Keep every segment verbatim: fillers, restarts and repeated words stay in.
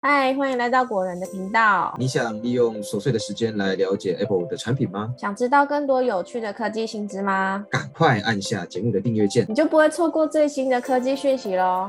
嗨，欢迎来到果仁的频道。 你想利用琐碎的时间来了解 Apple 的产品吗？ 想知道更多有趣的科技新知吗？ 赶快按下节目的订阅键， 你就不会错过最新的科技讯息咯。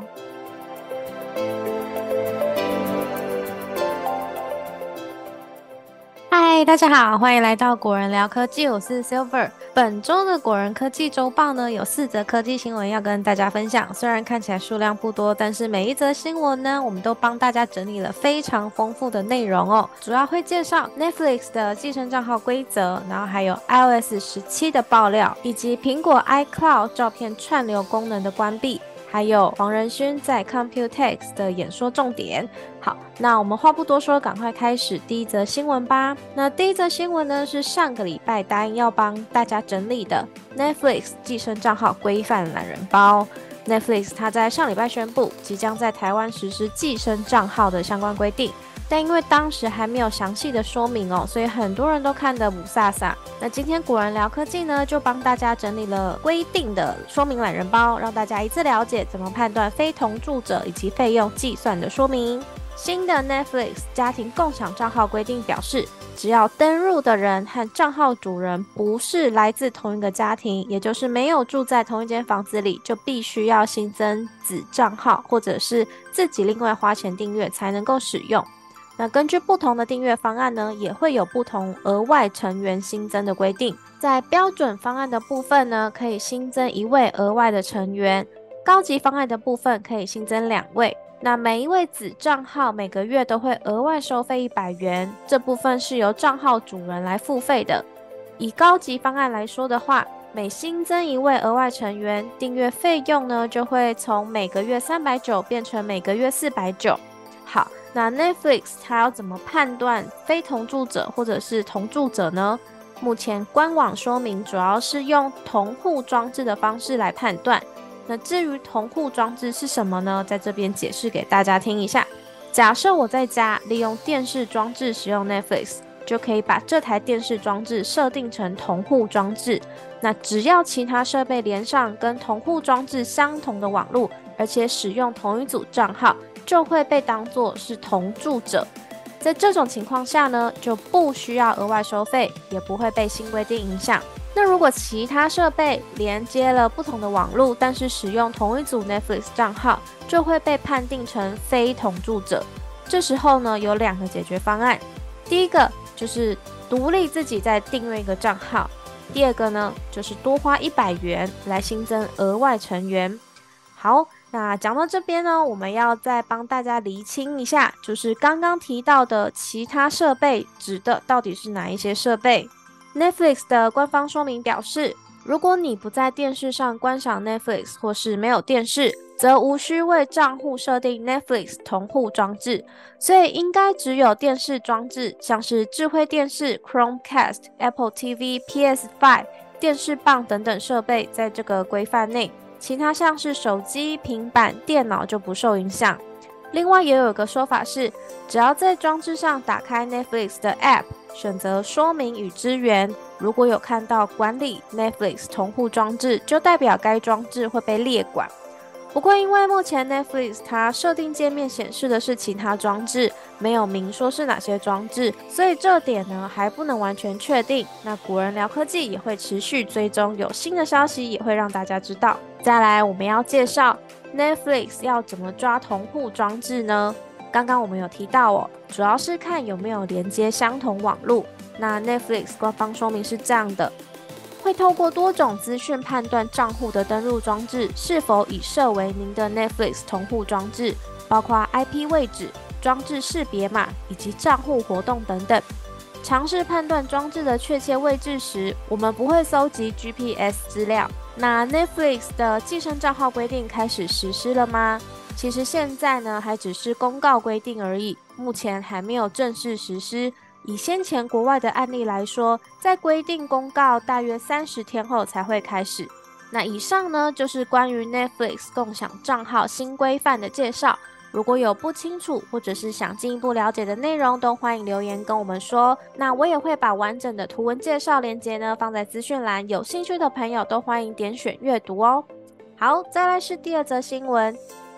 嗨，大家好，欢迎来到果仁聊科技，我是 Silver。本周的果仁科技周报呢，有四则科技新闻要跟大家分享。虽然看起来数量不多，但是每一则新闻呢，我们都帮大家整理了非常丰富的内容哦。主要会介绍 Netflix 的寄生账号规则，然后还有 i O S 十七的爆料，以及苹果 iCloud 照片串流功能的关闭。还有黄仁勋在 Computex 的演说重点。好，那我们话不多说，赶快开始第一则新闻吧。那第一则新闻呢，是上个礼拜答应要帮大家整理的 Netflix 寄生账号规范懒人包。Netflix 它在上礼拜宣布，即将在台湾实施寄生账号的相关规定。但因为当时还没有详细的说明哦，所以很多人都看得不飒飒。那今天果仁聊科技呢，就帮大家整理了规定的说明懒人包，让大家一次了解怎么判断非同住者以及费用计算的说明。新的 Netflix 家庭共享账号规定表示，只要登入的人和账号主人不是来自同一个家庭，也就是没有住在同一间房子里，就必须要新增子账号，或者是自己另外花钱订阅才能够使用。那根据不同的订阅方案呢，也会有不同额外成员新增的规定。在标准方案的部分呢，可以新增一位额外的成员；高级方案的部分可以新增两位。那每一位子账号每个月都会额外收费一百元，这部分是由账号主人来付费的。以高级方案来说的话，每新增一位额外成员，订阅费用呢就会从每个月三百九十变成每个月四百九十。好，那 Netflix 它要怎么判断非同住者或者是同住者呢？目前官网说明主要是用同户装置的方式来判断。那至于同户装置是什么呢？在这边解释给大家听一下。假设我在家利用电视装置使用 Netflix， 就可以把这台电视装置设定成同户装置。那只要其他设备连上跟同户装置相同的网络，而且使用同一组账号，就会被当作是同住者。在这种情况下呢，就不需要额外收费，也不会被新规定影响。那如果其他设备连接了不同的网络，但是使用同一组 Netflix 账号，就会被判定成非同住者。这时候呢，有两个解决方案。第一个就是独立自己再订阅一个账号，第二个呢，就是多花一百元来新增额外成员。好，那讲到这边呢，我们要再帮大家厘清一下，就是刚刚提到的其他设备指的到底是哪一些设备。Netflix 的官方说明表示，如果你不在电视上观赏 Netflix 或是没有电视，则无需为账户设定 Netflix 同户装置，所以应该只有电视装置，像是智慧电视、Chromecast、Apple T V、P S 五、电视棒等等设备在这个规范内，其他像是手机、平板、电脑就不受影响。另外也有一个说法是，只要在装置上打开 Netflix 的 App， 选择说明与支援，如果有看到管理 Netflix 同户装置，就代表该装置会被列管。不过因为目前 Netflix 它设定界面显示的是其他装置，没有明说是哪些装置，所以这点呢还不能完全确定。那果仁聊科技也会持续追踪，有新的消息也会让大家知道。再来我们要介绍 Netflix 要怎么抓同户装置呢？刚刚我们有提到哦，主要是看有没有连接相同网路。那 Netflix 官方说明是这样的，会透过多种资讯判断账户的登录装置是否已设为您的 Netflix 同户装置，包括 I P 位置、装置识别码以及账户活动等等。尝试判断装置的确切位置时，我们不会搜集 G P S 资料。那 Netflix 的寄生账号规定开始实施了吗？其实现在呢，还只是公告规定而已，目前还没有正式实施。以先前国外的案例来说，在规定公告大约三十天后才会开始。那以上呢，就是关于 Netflix 共享账号新规范的介绍。如果有不清楚或者是想进一步了解的内容，都欢迎留言跟我们说。那我也会把完整的图文介绍连结呢放在资讯栏，有兴趣的朋友都欢迎点选阅读哦。好，再来是第二则新闻。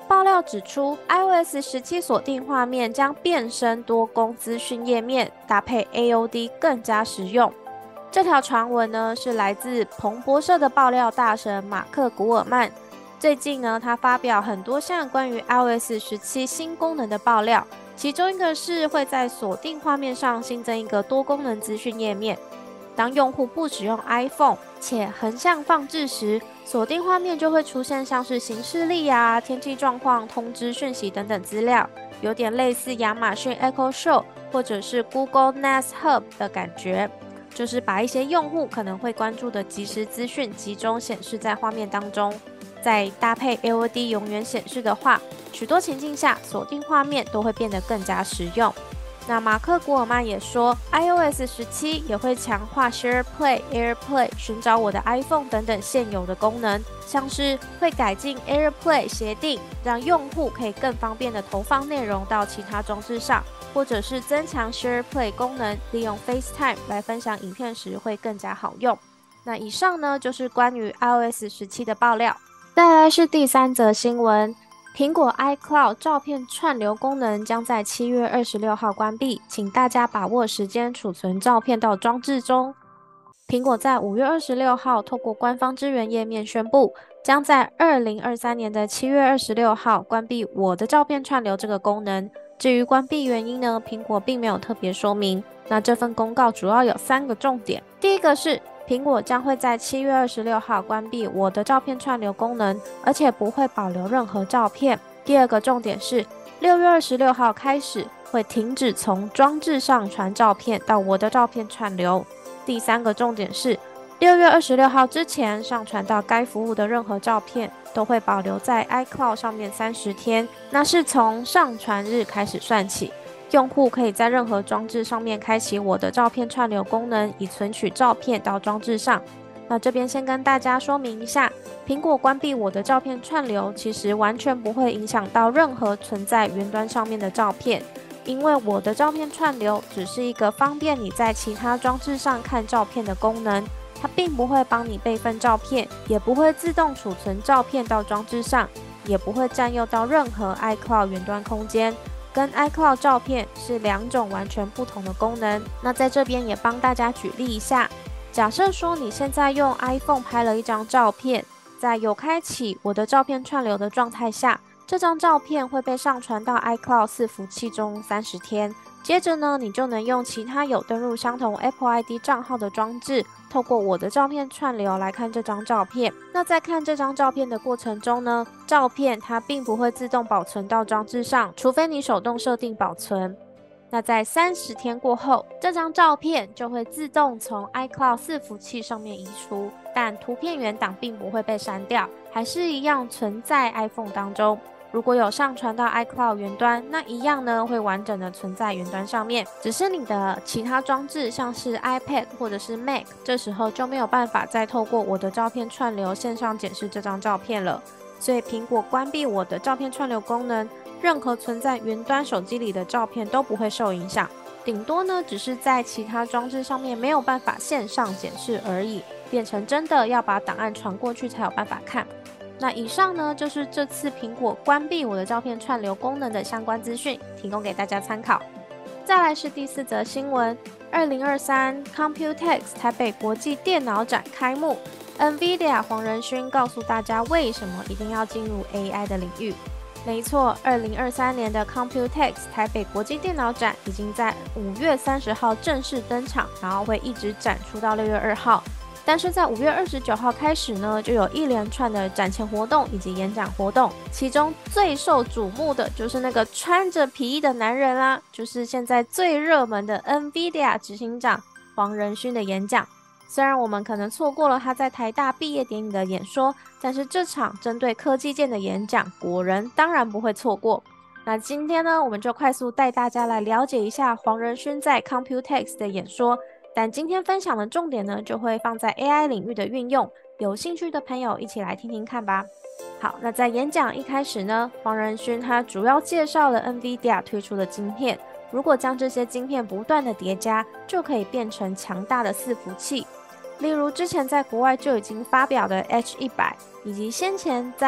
爆料指出 iOS 十七 锁定画面将变身多功资讯页面，搭配 A O D 更加实用。这条传闻呢是来自彭博社的爆料大神马克·古尔曼。最近呢，他发表很多项关于 iOS 十七 新功能的爆料，其中一个是会在锁定画面上新增一个多功能资讯页面。当用户不使用 iPhone 且横向放置时，锁定画面就会出现像是行事历啊、天气状况、通知讯息等等资料，有点类似亚马逊 Echo Show 或者是 Google Nest Hub 的感觉，就是把一些用户可能会关注的即时资讯集中显示在画面当中。再搭配 A O D 永远显示的话，许多情境下锁定画面都会变得更加实用。那马克·古尔曼也说 iOS 十七 也会强化 SharePlay、AirPlay、寻找我的 iPhone 等等现有的功能，像是会改进 AirPlay 协定，让用户可以更方便的投放内容到其他装置上，或者是增强 SharePlay 功能，利用 FaceTime 来分享影片时会更加好用。那以上呢就是关于 iOS 十七 的爆料。再来是第三则新闻，苹果 iCloud 照片串流功能将在七月二十六号关闭，请大家把握时间储存照片到装置中。苹果在五月二十六号透过官方支援页面宣布，将在二零二三年的七月二十六号关闭我的照片串流这个功能。至于关闭原因呢，苹果并没有特别说明。那这份公告主要有三个重点，第一个是苹果将会在七月二十六号关闭我的照片串流功能，而且不会保留任何照片。第二个重点是六月二十六号开始会停止从装置上传照片到我的照片串流。第三个重点是六月二十六号之前上传到该服务的任何照片都会保留在 iCloud 上面三十天，那是从上传日开始算起。用户可以在任何装置上面开启我的照片串流功能，以存取照片到装置上。那这边先跟大家说明一下，苹果关闭我的照片串流，其实完全不会影响到任何存在云端上面的照片，因为我的照片串流只是一个方便你在其他装置上看照片的功能，它并不会帮你备份照片，也不会自动储存照片到装置上，也不会占用到任何 iCloud 云端空间。跟 iCloud 照片是两种完全不同的功能。那在这边也帮大家举例一下，假设说你现在用 iPhone 拍了一张照片，在有开启我的照片串流的状态下，这张照片会被上传到 iCloud 伺服器中三十天。接着呢，你就能用其他有登入相同 Apple I D 账号的装置，透过我的照片串流来看这张照片。那在看这张照片的过程中呢，照片它并不会自动保存到装置上，除非你手动设定保存。那在三十天过后，这张照片就会自动从 iCloud 伺服器上面移除，但图片原档并不会被删掉，还是一样存在 iPhone 当中。如果有上传到 iCloud 云端，那一样呢会完整的存在云端上面，只是你的其他装置像是 iPad 或者是 Mac， 这时候就没有办法再透过我的照片串流线上检视这张照片了。所以苹果关闭我的照片串流功能，任何存在云端手机里的照片都不会受影响，顶多呢只是在其他装置上面没有办法线上检视而已，变成真的要把档案传过去才有办法看。那以上呢就是这次苹果关闭我的照片串流功能的相关资讯，提供给大家参考。再来是第四则新闻，二零二三 Computex 台北国际电脑展开幕， NVIDIA 黄仁勋告诉大家为什么一定要进入 A I 的领域。没错，二零二三年的 Computex 台北国际电脑展已经在五月三十号正式登场，然后会一直展出到六月二号。但是在五月二十九号开始呢，就有一连串的展前活动以及演讲活动，其中最受瞩目的就是那个穿着皮衣的男人啦，就是现在最热门的 NVIDIA 执行长黄仁勋的演讲。虽然我们可能错过了他在台大毕业典礼的演说，但是这场针对科技界的演讲，果然当然不会错过。那今天呢，我们就快速带大家来了解一下黄仁勋在 Computex 的演说。但今天分享的重点呢，就会放在 A I 领域的运用，有兴趣的朋友一起来听听看吧。好，那在演讲一开始呢，黄仁勋他主要介绍了 NVIDIA 推出的晶片，如果将这些晶片不断的叠加，就可以变成强大的伺服器。例如之前在国外就已经发表的 H 一百，以及先前在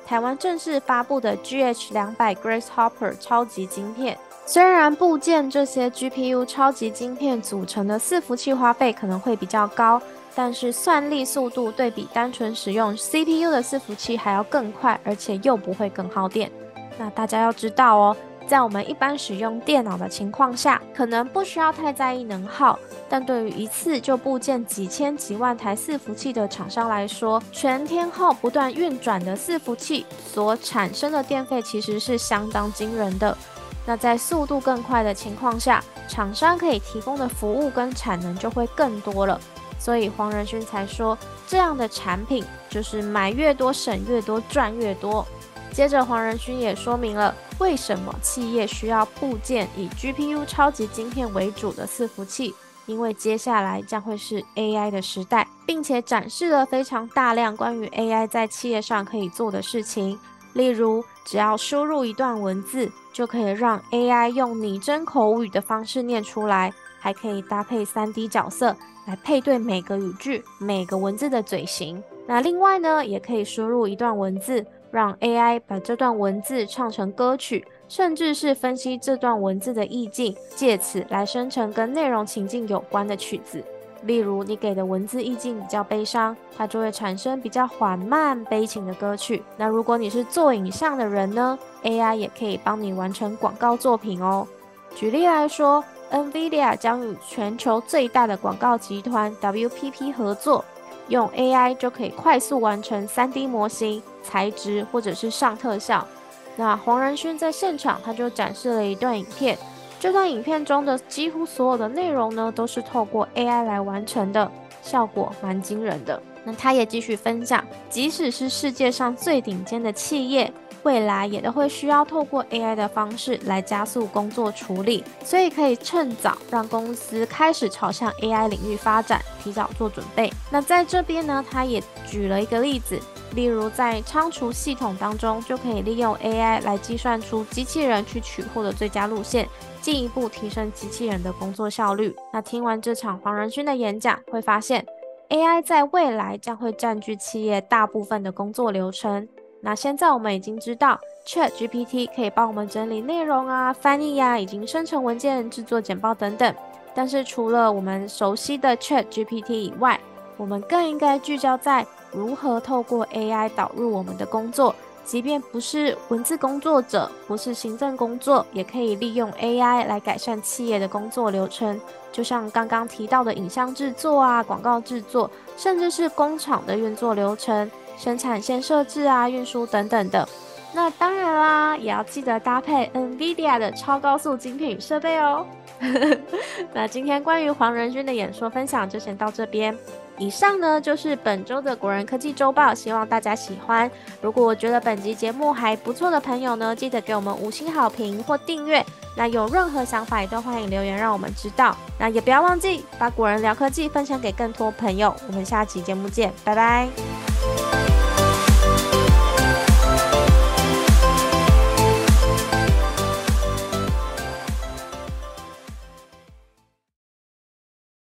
台湾正式发布的 G H 两百 Grace Hopper 超级晶片。虽然部件这些 G P U 超级晶片组成的伺服器花费可能会比较高，但是算力速度对比单纯使用 C P U 的伺服器还要更快，而且又不会更耗电。那大家要知道哦，在我们一般使用电脑的情况下，可能不需要太在意能耗，但对于一次就部件几千几万台伺服器的厂商来说，全天候不断运转的伺服器所产生的电费其实是相当惊人的。那在速度更快的情况下，厂商可以提供的服务跟产能就会更多了。所以黄仁勋才说，这样的产品就是买越多省越多赚越多。接着黄仁勋也说明了为什么企业需要部件以 G P U 超级晶片为主的伺服器，因为接下来将会是 A I 的时代，并且展示了非常大量关于 A I 在企业上可以做的事情。例如，只要输入一段文字，就可以让 A I 用拟真口语的方式念出来，还可以搭配 三 D 角色来配对每个语句、每个文字的嘴型。那另外呢，也可以输入一段文字，让 A I 把这段文字唱成歌曲，甚至是分析这段文字的意境，借此来生成跟内容情境有关的曲子。例如，你给的文字意境比较悲伤，它就会产生比较缓慢悲情的歌曲。那如果你是做影像的人呢， A I 也可以帮你完成广告作品哦。举例来说， NVIDIA 将与全球最大的广告集团 W P P 合作，用 A I 就可以快速完成 三 D 模型、材质或者是上特效。那黄仁勋在现场他就展示了一段影片，这段影片中的几乎所有的内容呢，都是透过 A I 来完成的，效果蛮惊人的。那他也继续分享，即使是世界上最顶尖的企业，未来也都会需要透过 A I 的方式来加速工作处理，所以可以趁早让公司开始朝向 A I 领域发展，提早做准备。那在这边呢，他也举了一个例子，例如在仓储系统当中，就可以利用 A I 来计算出机器人去取货的最佳路线，进一步提升机器人的工作效率。那听完这场黄仁勋的演讲，会发现 A I 在未来将会占据企业大部分的工作流程。那现在我们已经知道 Chat G P T 可以帮我们整理内容啊、翻译啊，以及生成文件、制作简报等等。但是除了我们熟悉的 Chat G P T 以外，我们更应该聚焦在如何透过 A I 导入我们的工作，即便不是文字工作者，不是行政工作，也可以利用 A I 来改善企业的工作流程。就像刚刚提到的影像制作啊、广告制作，甚至是工厂的运作流程、生产线设置啊、运输等等的。那当然啦，也要记得搭配 NVIDIA 的超高速晶片与设备哦。那今天关于黄仁勋的演说分享就先到这边。以上呢就是本周的国人科技周报，希望大家喜欢。如果我觉得本集节目还不错的朋友呢，记得给我们五星好评或订阅。那有任何想法也都欢迎留言让我们知道。那也不要忘记把国人聊科技分享给更多朋友。我们下期节目见，拜拜。